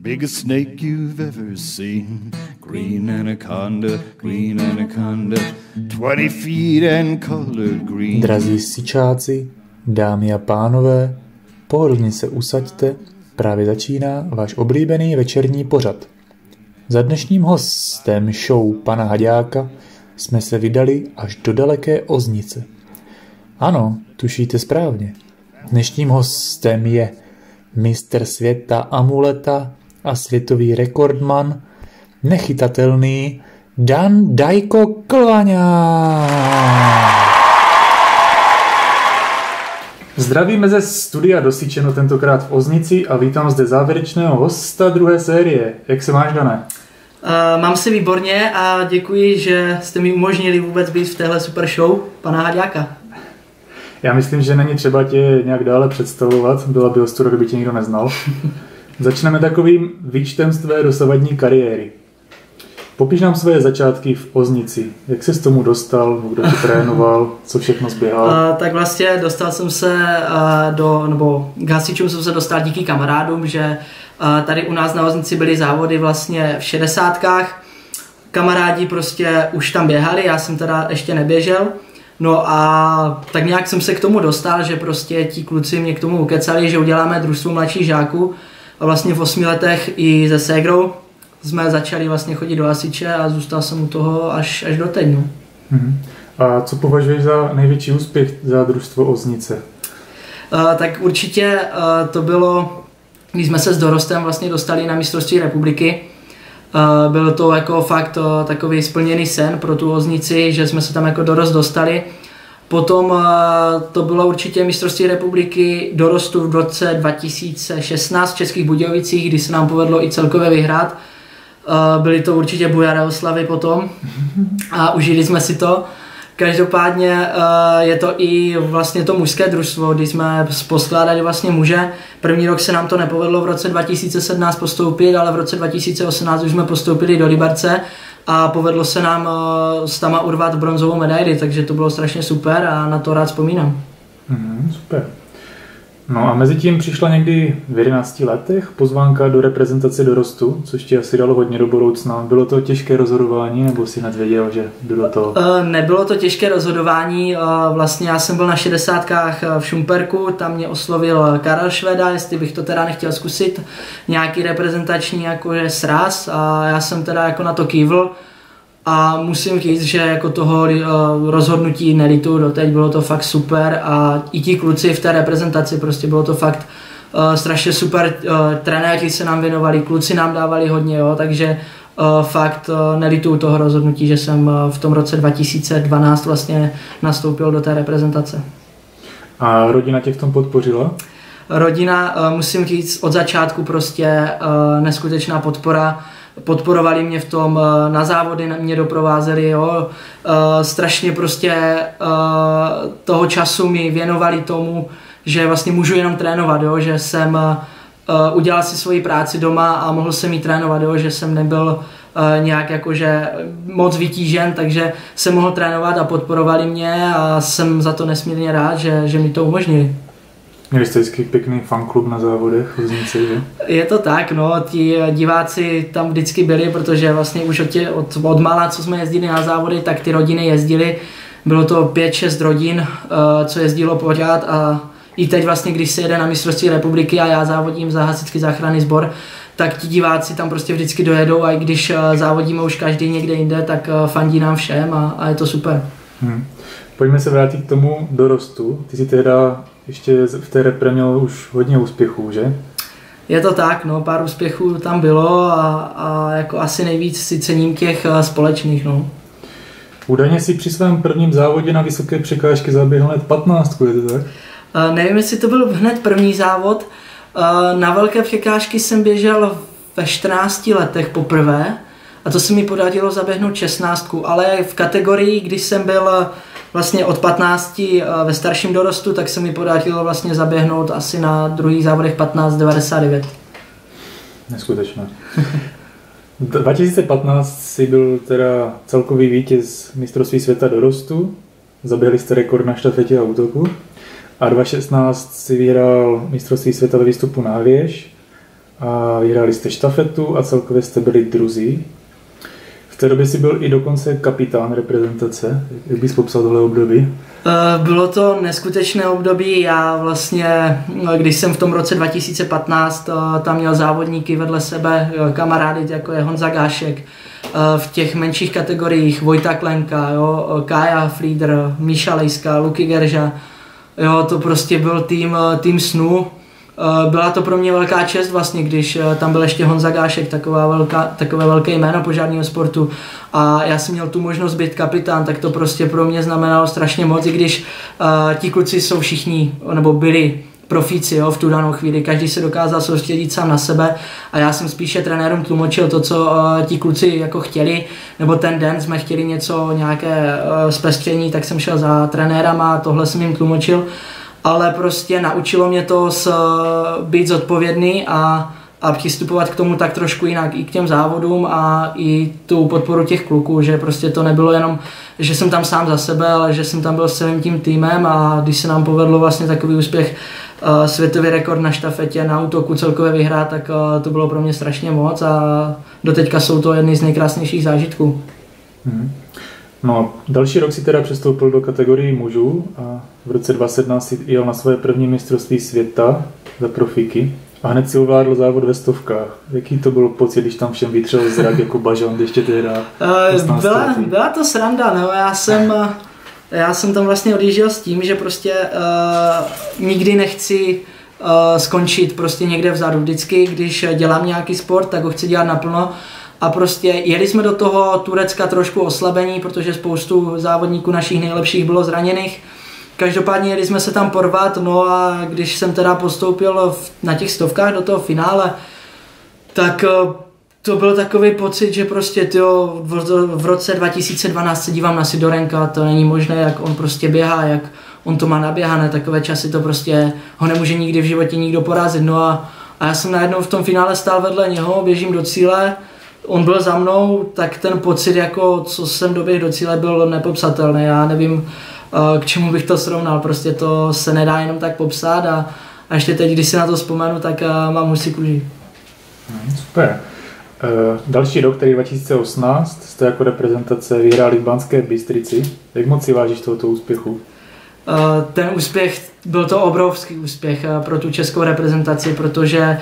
biggest snake you've ever seen. Green anaconda, 20 feet and colored green. Drazí sičáci, dámy a pánové, pohodlně se usaďte, právě začíná váš oblíbený večerní pořad. Za dnešním hostem show pana Haďáka jsme se vydali až do daleké Oznice. Ano, tušíte správně. Dnešním hostem je mistr světa amuleta a světový rekordman, nechytatelný Dan Dajko Klvaňa. Zdravíme ze studia Dosyčeno, tentokrát v Oznici, a vítám zde závěrečného hosta druhé série. Jak se máš, Dané? Mám se výborně a děkuji, že jste mi umožnili vůbec být v téhle super show pana Haďáka. Já myslím, že není třeba tě nějak dále představovat, byla by ostuda, kdyby tě nikdo neznal. Začneme takovým výčtem z tvé dosavadní kariéry. Popiš nám své začátky v Oznici. Jak jsi s tomu dostal, kdo tě trénoval, co všechno zběhal? Tak vlastně dostal jsem se k hasičům jsem se dostal díky kamarádům, že tady u nás na Oznici byly závody vlastně v 60kách. Kamarádi prostě už tam běhali, já jsem teda ještě neběžel. No a tak nějak jsem se k tomu dostal, že prostě ti kluci mě k tomu ukecali, že uděláme družstvo mladších žáků. A vlastně v 8 letech i se ségrou jsme začali vlastně chodit do hasiče a zůstal jsem u toho až doteď. No. A co považuješ za největší úspěch za družstvo Oznice? Tak určitě to bylo, když jsme se s dorostem vlastně dostali na mistrovství republiky. Byl to jako fakt takový splněný sen pro tu Oznici, že jsme se tam jako dorost dostali. Potom to bylo určitě mistrovství republiky dorostu v roce 2016 v Českých Budějovicích, kdy se nám povedlo i celkově vyhrát. Byly to určitě bujaré oslavy potom a užili jsme si to. Každopádně je to i vlastně to mužské družstvo, kdy jsme poskládali vlastně muže. První rok se nám to nepovedlo v roce 2017 postoupit, ale v roce 2018 už jsme postoupili do Liberce a povedlo se nám s Tama urvat bronzovou medaili, takže to bylo strašně super a na to rád vzpomínám. Super. No a mezi tím přišla někdy v 11 letech pozvánka do reprezentace dorostu, což ti asi dalo hodně do budoucna. Bylo to těžké rozhodování, nebo si hned věděl, že jdu do toho? Nebylo to těžké rozhodování, vlastně já jsem byl na 60kách v Šumperku, tam mě oslovil Karel Šveda, jestli bych to teda nechtěl zkusit, nějaký reprezentační jakože sraz, a já jsem teda jako na to kývl. A musím říct, že jako toho rozhodnutí nelituju doteď, bylo to fakt super a i ti kluci v té reprezentaci, prostě bylo to fakt strašně super, trenéři se nám věnovali, kluci nám dávali hodně, jo, takže fakt nelituju toho rozhodnutí, že jsem v tom roce 2012 vlastně nastoupil do té reprezentace. A rodina tě v tom podpořila? Rodina, musím říct, od začátku prostě neskutečná podpora. Podporovali mě v tom, na závody mě doprovázeli, jo. Strašně prostě toho času mi věnovali tomu, že vlastně můžu jenom trénovat, jo. Že jsem udělal si svoji práci doma a mohl jsem jí trénovat, jo. Že jsem nebyl nějak jakože moc vytížen, takže jsem mohl trénovat a podporovali mě a jsem za to nesmírně rád, že mi to umožnili. Měli jste vždycky pěkný fanklub na závodech v Oznici, že? Je to tak, no, ti diváci tam vždycky byli, protože vlastně už od mala, co jsme jezdili na závody, tak ty rodiny jezdily. Bylo to 5-6 rodin, co jezdilo pořád, a i teď vlastně, když se jede na mistrovství republiky a já závodím za hasičský záchranný sbor, tak ti diváci tam prostě vždycky dojedou, a i když závodíme už každý někde jinde, tak fandí nám všem a je to super. Pojďme se vrátit k tomu dorostu. Ty si teda ještě v té repre měl už hodně úspěchů, že? Je to tak, no, pár úspěchů tam bylo a jako asi nejvíc si cením těch společných, no. Údajně si při svém prvním závodě na vysoké překážky zaběhl hned 15, je to tak? Nevím, jestli to byl hned první závod. Na velké překážky jsem běžel ve 14 letech poprvé a to se mi podařilo zaběhnout 16, ale v kategorii, když jsem byl vlastně od 15 ve starším dorostu, tak se mi podařilo vlastně zaběhnout asi na druhých závodech 15:99. Neskutečné. 2015 si byl teda celkový vítěz mistrovství světa dorostu, zaběhli jste rekord na štafetě a útoku, a 2016 si vyhrál mistrovství světa ve výstupu na věž a vyhráli jste štafetu a celkově jste byli druzí. V té době si byl i dokonce kapitán reprezentace. Jak bys popsal tohle období? Bylo to neskutečné období. Já vlastně, když jsem v tom roce 2015 tam měl závodníky vedle sebe, kamarády, jako je Honza Gášek, v těch menších kategoriích Vojta Klenka, jo, Kája Frieder, Míša Lejska, Luky Gerža. Jo, to prostě byl tým snů. Byla to pro mě velká čest vlastně, když tam byl ještě Honza Gášek, takové velké jméno požárního sportu a já jsem měl tu možnost být kapitán, tak to prostě pro mě znamenalo strašně moc, i když ti kluci jsou všichni, nebo byli profíci, jo, v tu danou chvíli, každý se dokázal soustředit sám na sebe a já jsem spíše trenérům tlumočil to, co ti kluci jako chtěli, nebo ten den jsme chtěli nějaké zpestření, tak jsem šel za trenérama a tohle jsem jim tlumočil, ale prostě naučilo mě to být zodpovědný a přistupovat k tomu tak trošku jinak i k těm závodům a i tu podporu těch kluků, že prostě to nebylo jenom, že jsem tam sám za sebe, ale že jsem tam byl s celým tím týmem a když se nám povedlo vlastně takový úspěch, světový rekord na štafetě, na útoku celkově vyhrát, tak to bylo pro mě strašně moc a doteďka jsou to jedny z nejkrásnějších zážitků. No, další rok si teda přestoupil do kategorii mužů a v roce 2017 si jel na svoje první mistrovství světa za profíky a hned si ovládl závod ve stovkách. Jaký to byl pocit, když tam všem vytřel zrak jako bažant ještě teda? Byla to sranda, no, já jsem tam vlastně odjížděl s tím, že prostě nikdy nechci skončit prostě někde vzadu. Vždycky, když dělám nějaký sport, tak ho chci dělat naplno. A prostě jeli jsme do toho Turecka trošku oslabení, protože spoustu závodníků našich nejlepších bylo zraněných. Každopádně jeli jsme se tam porvat, no a když jsem teda postoupil na těch stovkách do toho finále, tak to byl takový pocit, že prostě v roce 2012 se dívám na Sidorenka, to není možné, jak on prostě běhá, jak on to má naběhané, takové časy to prostě ho nemůže nikdy v životě nikdo porazit. No a já jsem najednou v tom finále stál vedle něho, běžím do cíle, on byl za mnou, tak ten pocit, jako co jsem doběhl do cíle, byl nepopsatelný. Já nevím, k čemu bych to srovnal, prostě to se nedá jenom tak popsat a ještě teď, když si na to vzpomenu, tak mám husí kůži. Super. Další rok, který 2018, jste jako reprezentace vyhráli v Banské Bystrici. Jak moc si vážíš tohoto úspěchu? Ten úspěch, byl to obrovský úspěch pro tu českou reprezentaci, protože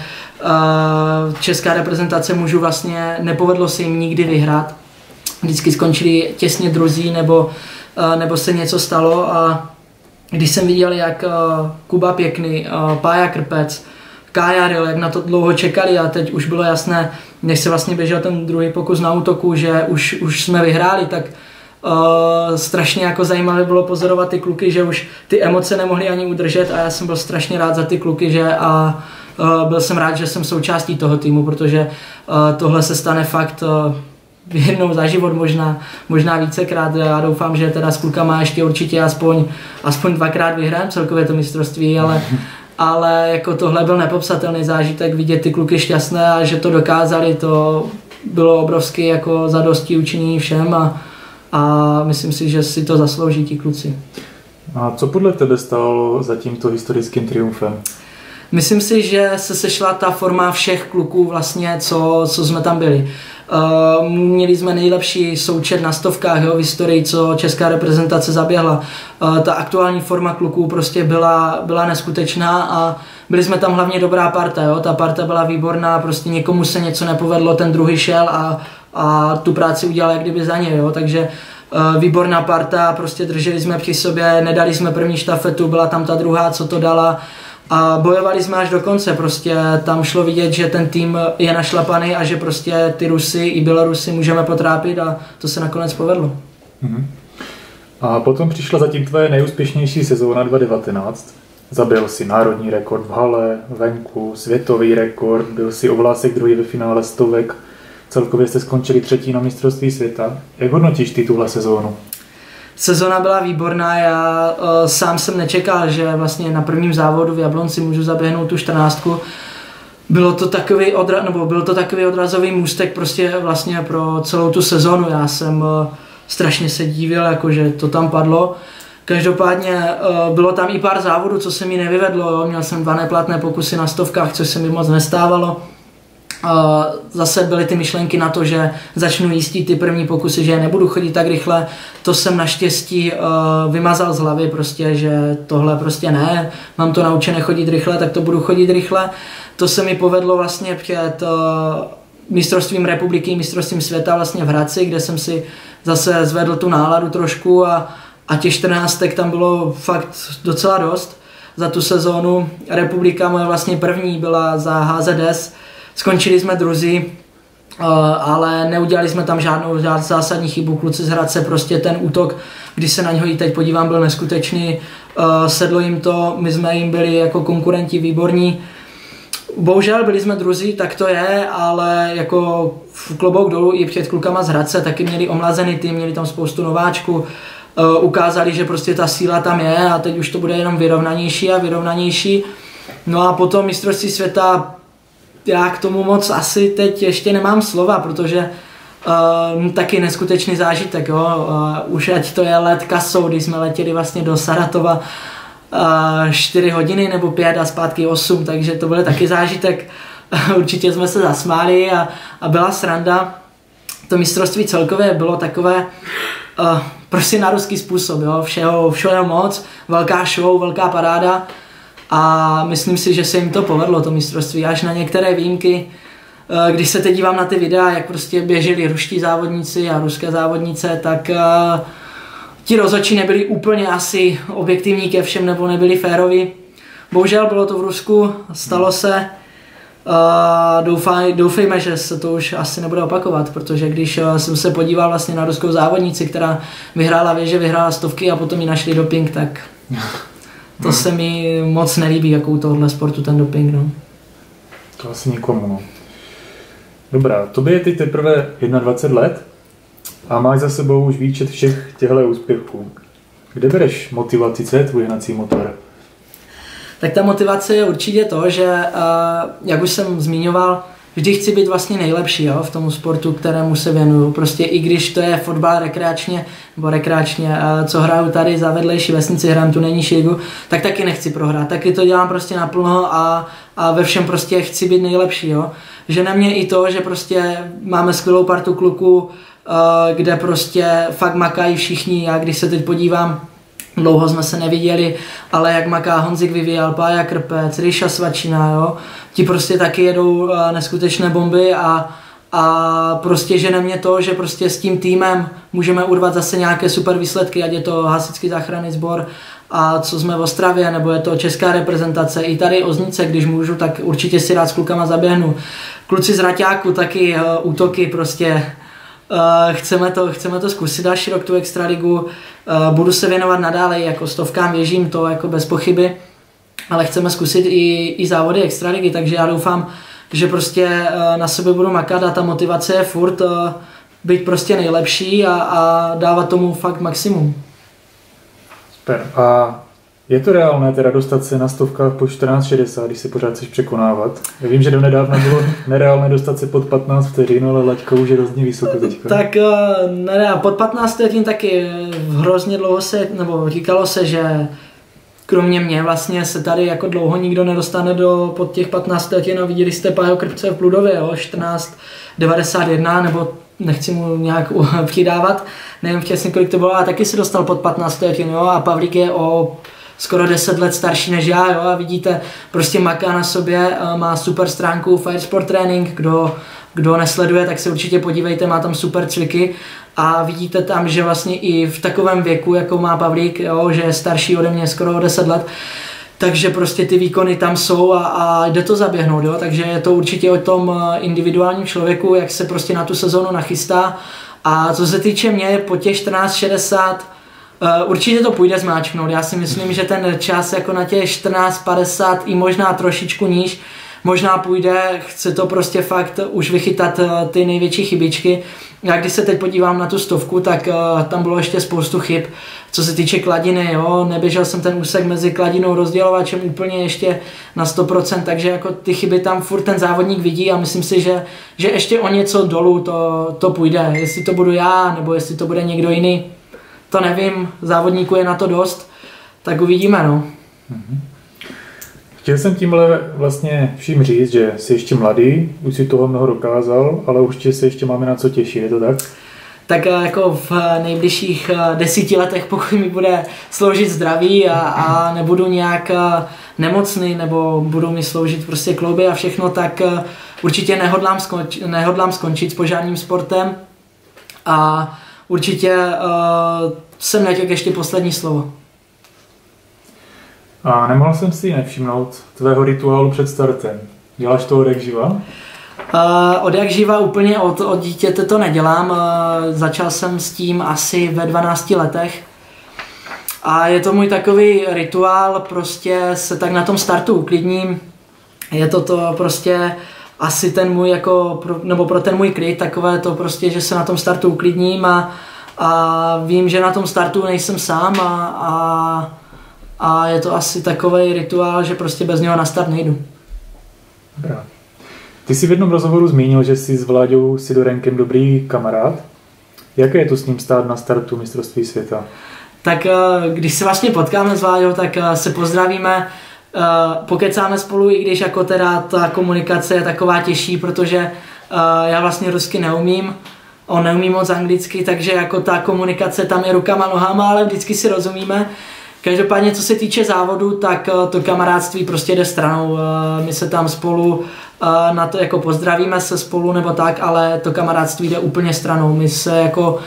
česká reprezentace mužů vlastně nepovedlo se jim nikdy vyhrát. Vždycky skončili těsně druzí nebo se něco stalo a když jsem viděl, jak Kuba Pěkný, Pája Krpec, Kája Ryl, jak na to dlouho čekali a teď už bylo jasné, než se vlastně běžel ten druhý pokus na útoku, že už jsme vyhráli, tak strašně jako zajímavé bylo pozorovat ty kluky, že už ty emoce nemohli ani udržet a já jsem byl strašně rád za ty kluky, že byl jsem rád, že jsem součástí toho týmu, protože tohle se stane fakt jednou za život, možná vícekrát. Já doufám, že teda s klukama ještě určitě aspoň dvakrát vyhrám celkově to mistrovství, ale jako tohle byl nepopsatelný zážitek, vidět ty kluky šťastné a že to dokázali, to bylo obrovský jako zadosti učinění všem a myslím si, že si to zaslouží ti kluci. A co podle tebe stálo za tímto historickým triumfem? Myslím si, že se sešla ta forma všech kluků vlastně, co jsme tam byli. Měli jsme nejlepší součet na stovkách, v historii, co česká reprezentace zaběhla. Ta aktuální forma kluků prostě byla neskutečná a byli jsme tam hlavně dobrá parta. Jo? Ta parta byla výborná, prostě někomu se něco nepovedlo, ten druhý šel a tu práci udělal jak kdyby za ně. Jo? Takže výborná parta, prostě drželi jsme při sobě, nedali jsme první štafetu, byla tam ta druhá, co to dala. A bojovali jsme až do konce, prostě tam šlo vidět, že ten tým je našlapaný a že prostě ty Rusy i Bělorusy můžeme potrápit a to se nakonec povedlo. A potom přišla zatím tvoje nejúspěšnější sezóna 2019. Zabil si národní rekord v hale, venku, světový rekord, byl si o vlásek druhý ve finále stovek, celkově jste skončili třetí na mistrovství světa. Jak hodnotíš ty tuhle sezónu? Sezona byla výborná, já sám jsem nečekal, že vlastně na prvním závodu v Jablonci můžu zaběhnout tu 14. Byl to takový odrazový můstek prostě vlastně pro celou tu sezonu. Já jsem strašně se divil, jakože to tam padlo. Každopádně bylo tam i pár závodů, co se mi nevyvedlo. Jo. Měl jsem 2 neplatné pokusy na stovkách, což se mi moc nestávalo. zase byly ty myšlenky na to, že začnu jíst ty první pokusy, že nebudu chodit tak rychle. To jsem naštěstí vymazal z hlavy prostě, že tohle prostě ne, mám to naučené chodit rychle, tak to budu chodit rychle. To se mi povedlo vlastně před mistrovstvím republiky, mistrovstvím světa vlastně v Hradci, kde jsem si zase zvedl tu náladu trošku a těch 14 tam bylo fakt docela dost. Za tu sezónu republika moje vlastně první byla za HZS, skončili jsme druzí, ale neudělali jsme tam žádnou zásadní chybu. Kluci z Hradce, prostě ten útok, když se na něho i teď podívám, byl neskutečný, sedlo jim to, my jsme jim byli jako konkurenti výborní. Bohužel byli jsme druzí, tak to je, ale jako klobouk dolů i před klukama z Hradce, taky měli omlazený tým, měli tam spoustu nováčků, ukázali, že prostě ta síla tam je a teď už to bude jenom vyrovnanější a vyrovnanější. No a potom mistrovství světa, já k tomu moc asi teď ještě nemám slova, protože taky neskutečný zážitek, jo. Už ať to je let kasou, když jsme letěli vlastně do Saratova 4 hodiny nebo 5 a zpátky 8, takže to byl taky zážitek. Určitě jsme se zasmáli a byla sranda. To mistrovství celkově bylo takové prostě na ruský způsob, jo. Všeho moc, velká show, velká paráda a myslím si, že se jim to povedlo, to mistrovství, až na některé výjimky. Když se teď dívám na ty videa, jak prostě běželi ruští závodníci a ruské závodnice, tak ti rozhodčí nebyli úplně asi objektivní ke všem nebo nebyli féroví. Bohužel bylo to v Rusku, stalo se. Doufejme, že se to už asi nebude opakovat, protože když jsem se podíval vlastně na ruskou závodnici, která vyhrála věže, vyhrála stovky a potom ji našli doping, tak to se mi moc nelíbí, jakou tohle sportu ten doping. No. To asi nikomu. No. Dobrá, tobě je teď teprve 21 let a máš za sebou už výčet všech těchto úspěchů. Kde bereš motivaci, co je tvůj hnací motor? Tak ta motivace je určitě to, že, jak už jsem zmiňoval, vždy chci být vlastně nejlepší, jo, v tom sportu, kterému se věnuju. Prostě i když to je fotbal rekreačně, co hraju tady za vedlejší vesnici, hrám tu nejnižší ligu, tak taky nechci prohrát. Taky to dělám prostě naplno a ve všem prostě chci být nejlepší, jo. Že na mě i to, že prostě máme skvělou partu kluků, kde prostě fakt makají všichni. Já když se teď podívám, dlouho jsme se neviděli, ale jak maká Honzik Vyvíjal, Pája Krpec, Ríša Svačina, jo, ti prostě taky jedou neskutečné bomby a prostě žene mě to, že prostě s tím týmem můžeme urvat zase nějaké super výsledky, ať je to hasičský záchranný sbor a co jsme v Ostravě, nebo je to česká reprezentace, i tady Oznice, když můžu, tak určitě si rád s klukama zaběhnu. Kluci z Raťáku taky útoky prostě. Chceme to zkusit další rok tu extraligu, budu se věnovat nadále jako stovkám, věřím to jako bez pochyby, ale chceme zkusit i závody extraligy, takže já doufám, že prostě na sebe budu makat a ta motivace je furt být prostě nejlepší a dávat tomu fakt maximum. Super. A je to reálné teda dostat se na stovkách po 14.60, když se pořád chceš překonávat? Já vím, že donedávna bylo nereálné dostat se pod 15 vteřin, ale laťka už je hrozně vysoko teďka. Tak pod 15 vteřin taky hrozně dlouho říkalo se, že kromě mě vlastně se tady jako dlouho nikdo nedostane pod těch 15 vteřin a viděli jste Pájo Krpce v Pludově, jo, 14.91, nebo nechci mu nějak přidávat, nevím přesně kolik to bylo, a taky se dostal pod 15 vteřin, jo, a Pavlík je o skoro 10 let starší než já, jo, a vidíte, prostě maká na sobě, má super stránku Fire Sport Training, kdo nesleduje, tak se určitě podívejte, má tam super cviky a vidíte tam, že vlastně i v takovém věku, jako má Pavlík, jo, že je starší ode mě skoro o 10 let, takže prostě ty výkony tam jsou a jde to zaběhnout, jo, takže je to určitě o tom individuálním člověku, jak se prostě na tu sezónu nachystá. A co se týče mě, po těch 14.60 určitě to půjde zmáčknout. Já si myslím, že ten čas jako na těch 14.50 i možná trošičku níž, možná půjde, chce to prostě fakt už vychytat ty největší chybičky. Já když se teď podívám na tu stovku, tak tam bylo ještě spoustu chyb. Co se týče kladiny, jo, neběžel jsem ten úsek mezi kladinou rozdělovačem úplně ještě na 100%, takže jako ty chyby tam furt ten závodník vidí a myslím si, že ještě o něco dolů to půjde. Jestli to budu já, nebo jestli to bude někdo jiný, to nevím, závodníků je na to dost, tak uvidíme, no. Chtěl jsem tímhle vlastně vším říct, že jsi ještě mladý, už si toho mnoho dokázal, ale určitě se ještě máme na co těšit, je to tak? Tak jako v nejbližších 10 letech, pokud mi bude sloužit zdraví a nebudu nějak nemocný, nebo budou mi sloužit prostě klouby a všechno, tak určitě nehodlám skončit s požárním sportem a určitě jsem netěl ještě poslední slovo. A nemohl jsem si nevšimnout tvého rituálu před startem. Děláš to od jak živa? Od jak živa úplně od dítěte to nedělám. Začal jsem s tím asi ve 12 letech. A je to můj takový rituál, prostě se tak na tom startu uklidním. Je to prostě asi ten můj jako, nebo pro ten můj klid, takové to prostě, že se na tom startu uklidním a vím, že na tom startu nejsem sám a je to asi takový rituál, že prostě bez něho na start nejdu. Dobrá. Ty jsi v jednom rozhovoru zmínil, že jsi s Vláďou Sidorenkem dobrý kamarád. Jaké je to s ním stát na startu mistrovství světa? Tak když se vlastně potkáme s Vláďou, tak se pozdravíme, pokecáme spolu, i když jako teda ta komunikace je taková těžší, protože já vlastně rusky neumím, on neumí moc anglicky, takže jako ta komunikace tam je rukama, nohama, ale vždycky si rozumíme. Každopádně, co se týče závodu, tak to kamarádství prostě jde stranou. My se tam spolu na to jako pozdravíme se spolu nebo tak, ale to kamarádství jde úplně stranou. My se jako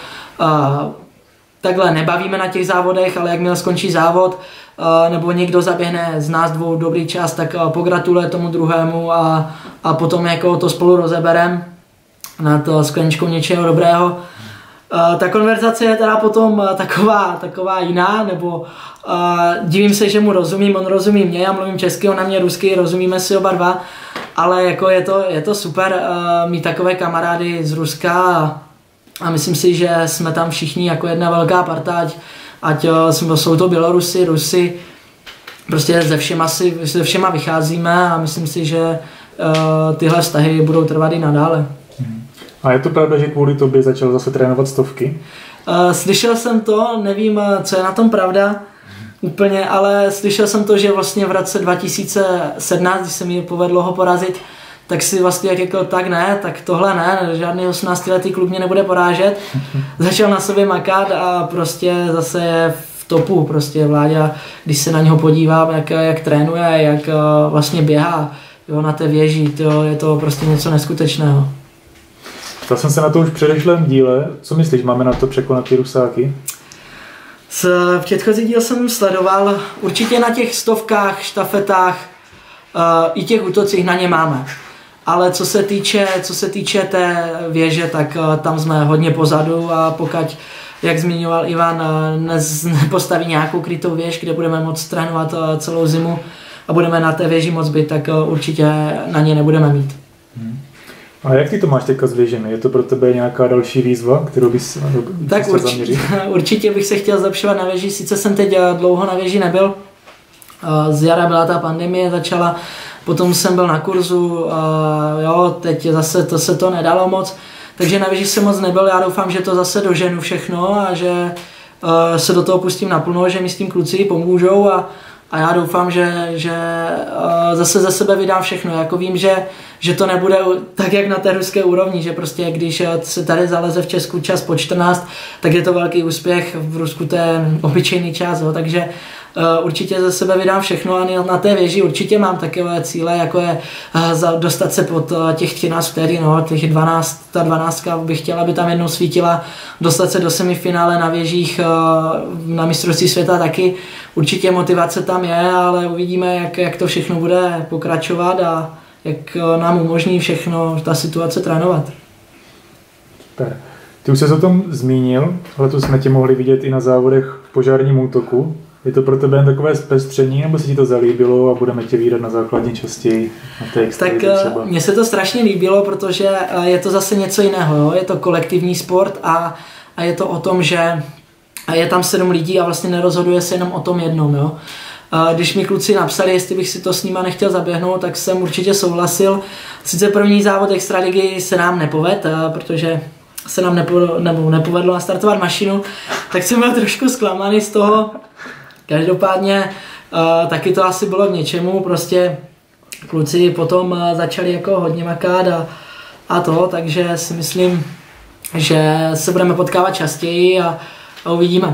takhle nebavíme na těch závodech, ale jakmile skončí závod nebo někdo zaběhne z nás dvou dobrý čas, tak pogratuluje tomu druhému a potom jako to spolu rozeberem nad skleničkou něčeho dobrého. Ta konverzace je teda potom taková jiná, nebo divím se, že mu rozumím, on rozumí mě, já mluvím česky, on na mě rusky, rozumíme si oba dva, ale jako je to super mít takové kamarády z Ruska a myslím si, že jsme tam všichni jako jedna velká parta, ať jsou to Bělorusy, Rusy, prostě se všema vycházíme a myslím si, že tyhle vztahy budou trvat i nadále. A je to pravda, že kvůli tobě začal zase trénovat stovky? Slyšel jsem to, nevím, co je na tom pravda úplně, ale slyšel jsem to, že vlastně v roce 2017, když se mi povedlo ho porazit, tak si vlastně jak jako tak ne, tak tohle ne, žádný 18letý kluk mě nebude porážet. Začal na sobě makat a prostě zase je v topu, prostě Vláďa, když se na něho podívám, jak trénuje, jak vlastně běhá, jo, na té věži, je to prostě něco neskutečného. Ptal jsem se na to už v předešlém díle. Co myslíš, máme na to překonat ty Rusáky? V předchozí díl jsem sledoval, určitě na těch stovkách, štafetách i těch útocích na ně máme. Ale co se týče té věže, tak tam jsme hodně pozadu a pokud, jak zmiňoval Ivan, nepostaví nějakou krytou věž, kde budeme moct trénovat celou zimu a budeme na té věži moc být, tak určitě na ně nebudeme mít. A jak ty to máš teďka s věžemi? Je to pro tebe nějaká další výzva, kterou bys tak chtěl zaměřit? Určitě bych se chtěl zlepšovat na věži, sice jsem teď dlouho na věži nebyl, z jara byla ta pandemie, začala, potom jsem byl na kurzu, jo, teď zase to se to nedalo moc, takže na věži jsem moc nebyl, já doufám, že to zase doženu všechno a že se do toho pustím naplno, že mi s tím kluci pomůžou a já doufám, že zase ze sebe vydám všechno. Jako vím, že to nebude tak, jak na té ruské úrovni, že prostě když se tady zaleze v Česku čas po 14, tak je to velký úspěch, v Rusku to je obyčejný čas, jo. Takže určitě ze sebe vydám všechno a na té věži určitě mám takové cíle, jako je dostat se pod těch 13 vteřin, no, těch 12 bych chtěla, aby tam jednou svítila, dostat se do semifinále na věžích na mistrovství světa taky. Určitě motivace tam je, ale uvidíme, jak to všechno bude pokračovat a jak nám umožní všechno ta situace trénovat. Super. Ty už jsi o tom zmínil, ale to jsme tě mohli vidět i na závodech v požárním útoku. Je to pro tebe jen takové zpestření, nebo se ti to zalíbilo a budeme tě vídat na základně častěji na té extralize třeba? Mně se to strašně líbilo, protože je to zase něco jiného. Jo? Je to kolektivní sport a je to o tom, že je tam 7 lidí a vlastně nerozhoduje se jenom o tom jednom. Jo? Když mi kluci napsali, jestli bych si to s nima nechtěl zaběhnout, tak jsem určitě souhlasil. Sice první závod extraligy se nám nepovedl, protože se nám nepovedlo nastartovat mašinu, tak jsem byl trošku zklamaný z toho. Každopádně taky to asi bylo k něčemu, prostě kluci potom začali jako hodně makat a to, takže si myslím, že se budeme potkávat častěji a uvidíme.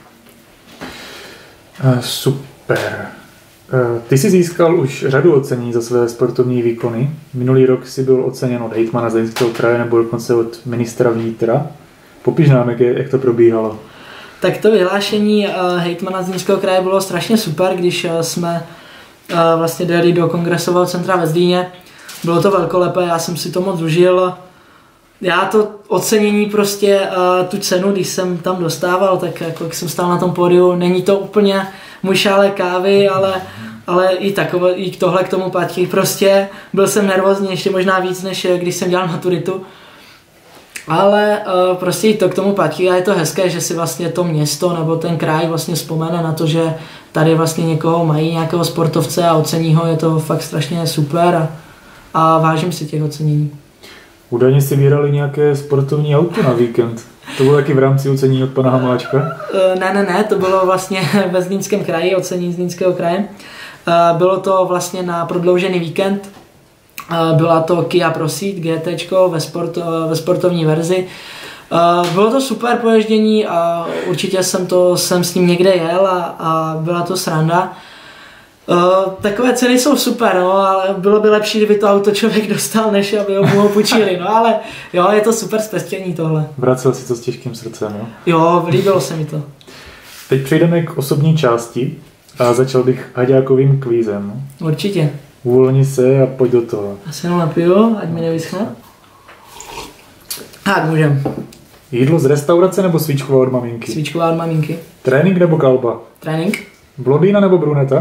Super. Ty jsi získal už řadu ocenění za své sportovní výkony. Minulý rok jsi byl oceněn od hejtmana Zlínského kraje nebo dokonce od ministra vnitra. Popiš nám, jak to probíhalo. Tak to vyhlášení hejtmana Zlínského kraje bylo strašně super, když jsme vlastně dojeli do kongresového centra ve Zlíně. Bylo to velkolepé, já jsem si to moc užil. Já to ocenění prostě, tu cenu, když jsem tam dostával, tak jako jak jsem stál na tom pódiu, není to úplně můj šálek kávy, ale i tohle k tomu patří. Prostě byl jsem nervózní ještě možná víc, než když jsem dělal maturitu. Ale prostě i to k tomu patří a je to hezké, že si vlastně to město nebo ten kraj vlastně vzpomene na to, že tady vlastně někoho mají, nějakého sportovce a ocení ho, je to fakt strašně super a vážím si těch ocenění. Údajně si vybírali nějaké sportovní auto na víkend. To bylo taky v rámci ocenění od pana Hamáčka? Ne, to bylo vlastně ve Zlínském kraji, ocenění Zlínského kraje. Bylo to vlastně na prodloužený víkend. Byla to Kia Proceed GT ve sportovní verzi. Bylo to super poježdění a určitě jsem s ním někde jel a byla to sranda. Takové ceny jsou super, no, ale bylo by lepší, kdyby to auto člověk dostal, než aby mu ho půjčili, no, ale jo, je to super zpestření tohle. Vracel si to s těžkým srdcem, no? Jo, líbilo se mi to. Teď přejdeme k osobní části a začal bych Haďákovým kvízem. Určitě. Uvolni se a pojď do toho. Já se jenom napiju, ať mi nevyschne. Tak, můžem. Jídlo z restaurace nebo svíčková od maminky? Svíčková od maminky. Trénink nebo kalba? Trénink. Blondýna nebo bruneta?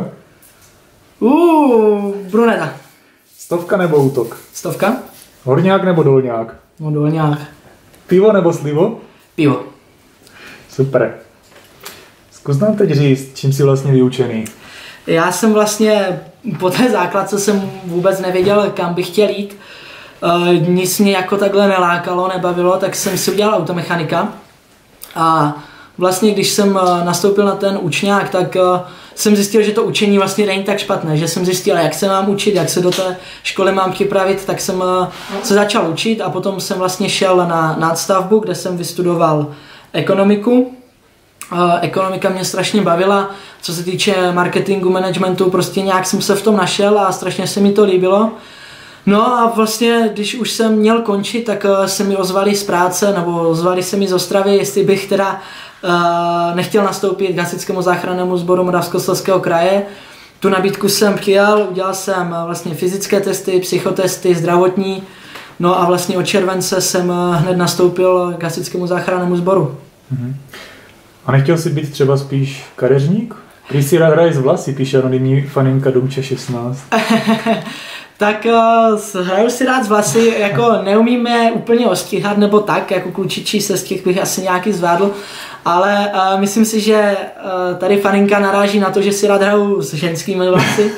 Bruneta. Stovka nebo útok? Stovka. Horňák nebo dolňák? No, dolňák. Pivo nebo slivo? Pivo. Super. Zkus nám teď říct, čím jsi vlastně vyučený. Já jsem vlastně po té základce jsem vůbec nevěděl, kam bych chtěl jít. Nic mě jako takhle nelákalo, nebavilo, tak jsem si udělal automechanika. A vlastně když jsem nastoupil na ten učňák, tak jsem zjistil, že to učení vlastně není tak špatné, že jsem zjistil, jak se mám učit, jak se do té školy mám připravit, tak jsem se začal učit a potom jsem vlastně šel na nadstavbu, kde jsem vystudoval ekonomiku. Ekonomika mě strašně bavila, co se týče marketingu, managementu, prostě nějak jsem se v tom našel a strašně se mi to líbilo. No a vlastně, když už jsem měl končit, tak se mi ozvali z práce, nebo ozvali se mi z Ostravy, jestli bych teda nechtěl nastoupit k Hasičskému záchrannému sboru Moravskoslezského kraje. Tu nabídku jsem přijal, udělal jsem vlastně fyzické testy, psychotesty, zdravotní, no a vlastně od července jsem hned nastoupil k Hasičskému záchrannému sboru. A nechtěl jsi být třeba spíš kadeřník? Když si rád hraje z vlasy, píše anonymní faninka Domče 16. Tak hraju si rád z vlasy, jako neumím je úplně ostříhat nebo tak, jako klučičí sestřih bych asi nějaký zvládl, ale myslím si, že tady faninka naráží na to, že si rád hraju s ženskými vlasy.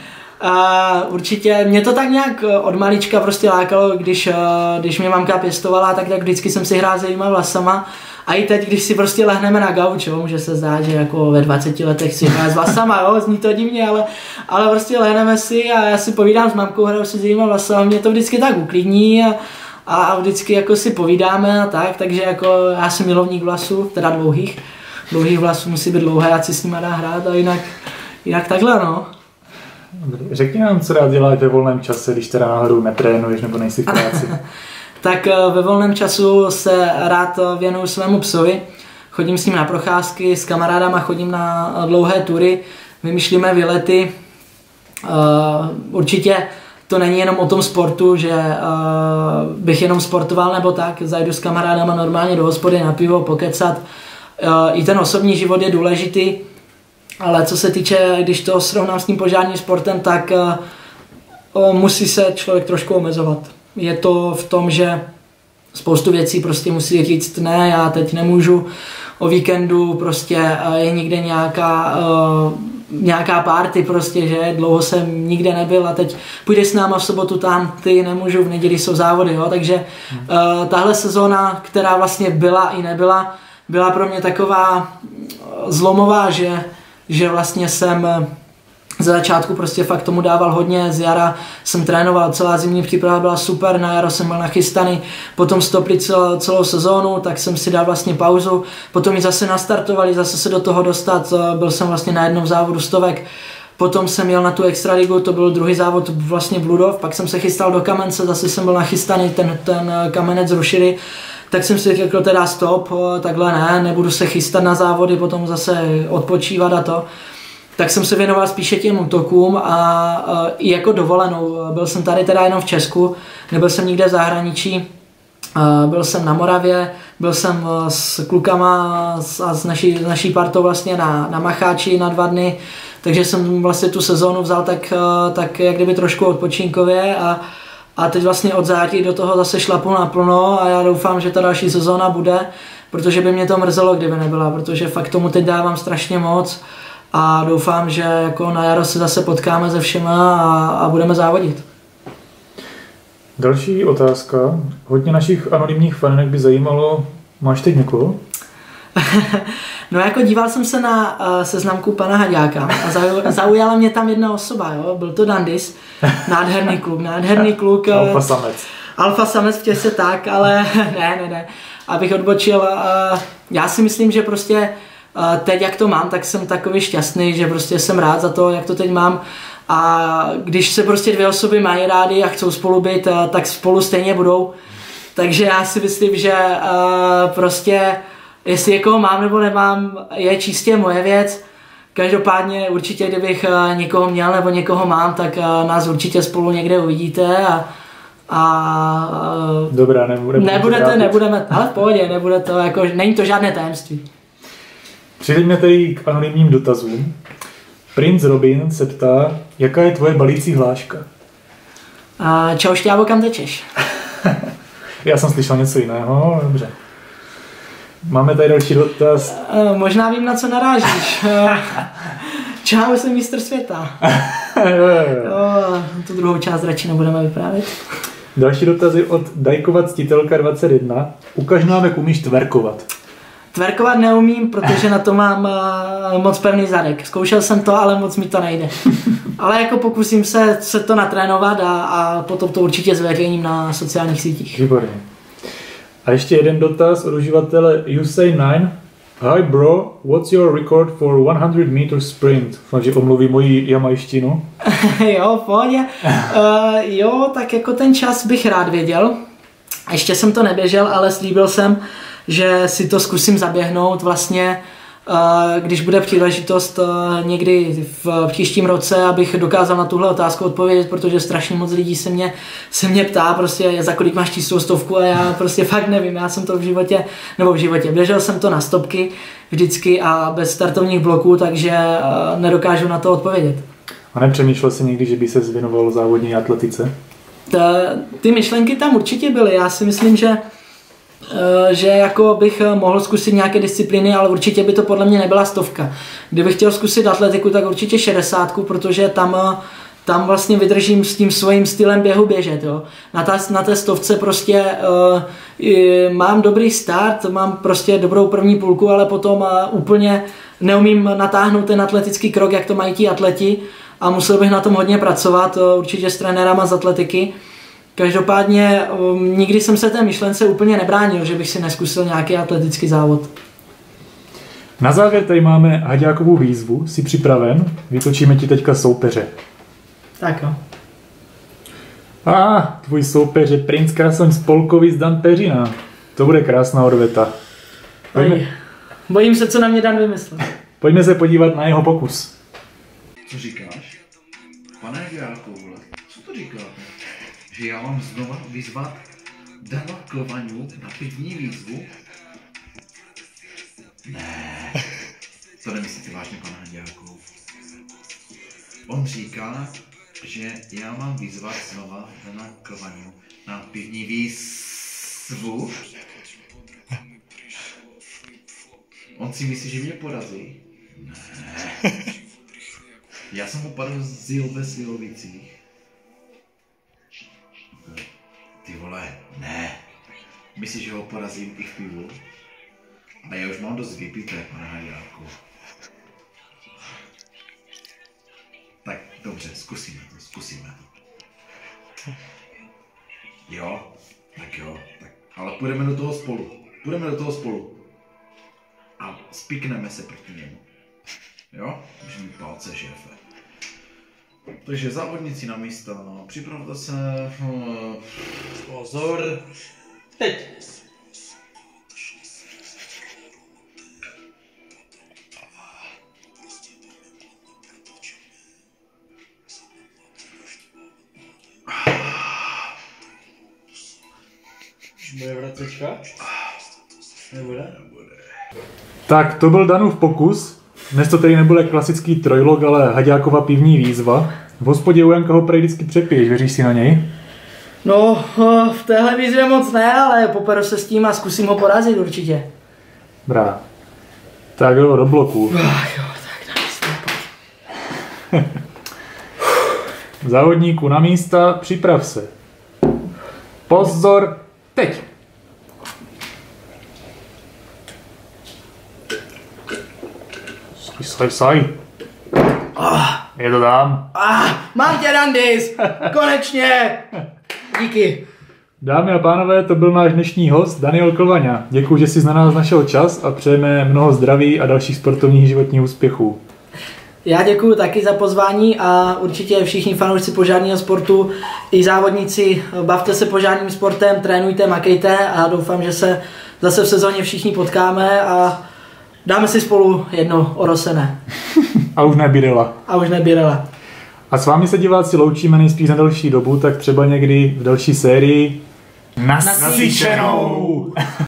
Určitě mě to tak nějak od malička prostě lákalo, když mě mamka pěstovala, tak vždycky jsem si hrál s jejíma vlasama. A i teď, když si prostě lehneme na gauč, jo, může se zdát, že jako ve 20 letech si hraje s vlasama, jo, zní to divně, ale prostě lehneme si a já si povídám s mamkou, hraju si s jejíma vlasama, mě to vždycky tak uklidní a vždycky jako si povídáme a tak, takže jako já jsem milovník vlasů, teda dlouhých vlasů, musí být dlouhé, ať si s nima dá hrát a jinak takhle, no. Řekni nám, co rád děláš ve volném čase, když teda náhodou netrénuješ nebo nejsi v práci. Tak ve volném času se rád věnuju svému psovi. Chodím s ním na procházky, s kamarádama chodím na dlouhé tury, vymýšlíme výlety. Určitě to není jenom o tom sportu, že bych jenom sportoval nebo tak. Zajdu s kamarádama normálně do hospody na pivo, pokecat. I ten osobní život je důležitý, ale co se týče, když to srovnám s tím požárním sportem, tak musí se člověk trošku omezovat. Je to v tom, že spoustu věcí prostě musí říct ne, já teď nemůžu, o víkendu prostě je někde nějaká party prostě, že dlouho jsem nikde nebyl a teď půjdeš s náma v sobotu tam, ty nemůžu, v neděli jsou závody, jo, takže tahle sezóna, která vlastně byla i nebyla, byla pro mě taková zlomová, že vlastně jsem za začátku prostě fakt tomu dával hodně, z jara jsem trénoval, celá zimní příprava byla super, na jaro jsem byl nachystaný, potom stopli celou sezónu, tak jsem si dal vlastně pauzu, potom ji zase nastartovali, zase se do toho dostat, byl jsem vlastně na jednom závodu stovek, potom jsem jel na tu extraligu, to byl druhý závod vlastně Bludov, pak jsem se chystal do Kamence, zase jsem byl nachystaný, ten Kamenec zrušili, tak jsem si řekl teda stop, takhle ne, nebudu se chystat na závody, potom zase odpočívat a to. Tak jsem se věnoval spíše těm útokům a i jako dovolenou. Byl jsem tady teda jenom v Česku, nebyl jsem nikde v zahraničí, byl jsem na Moravě, byl jsem s klukama a s naší partou vlastně na Macháči na 2 dny, takže jsem vlastně tu sezónu vzal tak jak kdyby trošku odpočinkově a teď vlastně od září do toho zase šlapu naplno a já doufám, že ta další sezóna bude, protože by mě to mrzelo, kdyby nebyla, protože fakt tomu teď dávám strašně moc a doufám, že jako na jaro se zase potkáme se všema a budeme závodit. Další otázka. Hodně našich anonymních fanek by zajímalo, máš teď někoho? No jako díval jsem se na seznamku pana Haďáka a zaujala mě tam jedna osoba, jo? Byl to Dandis, nádherný kluk. Alfa samec v těse tak, ale ne, abych odbočil. Já si myslím, že prostě teď, jak to mám, tak jsem takový šťastný, že prostě jsem rád za to, jak to teď mám. A když se prostě 2 osoby mají rádi a chcou spolu být, tak spolu stejně budou. Takže já si myslím, že prostě jestli někoho mám nebo nemám, je čistě moje věc. Každopádně určitě, kdybych někoho měl nebo někoho mám, tak nás určitě spolu někde uvidíte Dobrá, nebudeme, ale v pohodě, nebude to, jako, není to žádné tajemství. Přijdeme tedy k anonymním dotazům. Prince Robin se ptá, jaká je tvoje balící hláška? Čau šťávo, kam tečeš? Já jsem slyšel něco jiného, dobře. Máme tady další dotaz. Možná vím, na co narážíš. Čau, jsem mistr světa. Tu druhou část radši nebudeme vyprávět. Další dotaz je od Dajkova Ctitelka 21. Ukaž nám, jak umíš tverkovat. Tverkovat neumím, protože na to mám moc pevný zadek. Zkoušel jsem to, ale moc mi to nejde. Ale jako pokusím se to natrénovat a potom to určitě zveřejním na sociálních sítích. Výborně. A ještě jeden dotaz od uživatele Usain9. Hi bro, what's your record for 100 meter sprint? Takže omluví moji jamajštinu. Jo, v pohodě. Jo, tak jako ten čas bych rád věděl. Ještě jsem to neběžel, ale slíbil jsem, že si to zkusím zaběhnout vlastně, když bude příležitost někdy v příštím roce, abych dokázal na tuhle otázku odpovědět, protože strašně moc lidí se mě ptá, prostě za kolik máš 100 a já prostě fakt nevím, já jsem to v životě, běžel jsem to na stopky vždycky a bez startovních bloků, takže nedokážu na to odpovědět. A nepřemýšlel jsi někdy, že by se věnoval závodní atletice? Ty myšlenky tam určitě byly, já si myslím, že jako bych mohl zkusit nějaké disciplíny, ale určitě by to podle mě nebyla 100. Kdybych chtěl zkusit atletiku, tak určitě 60, protože tam vlastně vydržím s tím svým stylem běhu běžet. Jo. Na té 100 prostě mám dobrý start, mám prostě dobrou první půlku, ale potom úplně neumím natáhnout ten atletický krok, jak to mají ti atleti a musel bych na tom hodně pracovat, určitě s trenérama z atletiky. Každopádně nikdy jsem se té myšlence úplně nebránil, že bych si neskusil nějaký atletický závod. Na závěr tady máme Haďákovu výzvu. Jsi připraven? Vytočíme ti teďka soupeře. Tak jo. Tvůj soupeř je princ Krasoň Spolkový z Dan Peřina. To bude krásná odveta. Bojím se, co na mě Dan vymyslel. Pojďme se podívat na jeho pokus. Co říkáš? Pane Haďáku, co to říkáte? Že já mám znova vyzvat Dana Klvaňu na pivní výzvu? Ne, to nemyslíte vážně, pane Haďáku. On říká, že já mám vyzvat znova Dana Klvaňu na pivní výzvu? On si myslí, že mě porazí? Ne. Já jsem ho porazil ve Slilovicích. Ty vole, ne. Myslíš, že ho porazím i v pivu? A já už mám dost vypité, pane Haďáku. Dobře, zkusíme to. Jo, tak, ale půjdeme do toho spolu. A spikneme se proti němu. Jo? Můžeme mít palce, šéfe. Takže závodníci na místa, připravte se. Pozor. Teď. Bude vracečka? Nebude? Tak, to byl Danův pokus. Dnes to tedy nebude klasický trojlog, ale Haďákova pivní výzva. V hospodě u Janka ho prej vždycky přepiješ, věříš si na něj? No, v téhle výzvě moc ne, ale poperu se s tím a zkusím ho porazit určitě. Brá. Tak jo, do bloku. Jo, tak dám si Závodníku na místa, připrav se. Pozor, teď. Saj. Je to tam. Mám tě, Randis! Konečně! Díky. Dámy a pánové, to byl náš dnešní host Daniel Klvaňa. Děkuji, že jsi na nás našel čas a přejeme mnoho zdraví a dalších sportovních životních úspěchů. Já děkuji taky za pozvání a určitě všichni fanoušci požárního sportu i závodníci, bavte se požárním sportem, trénujte, makejte a doufám, že se zase v sezóně všichni potkáme a dáme si spolu jedno orosené. A už nebírela. A s vámi se diváci loučíme nejspíš na další dobu, tak třeba někdy v další sérii. Naslyšenou!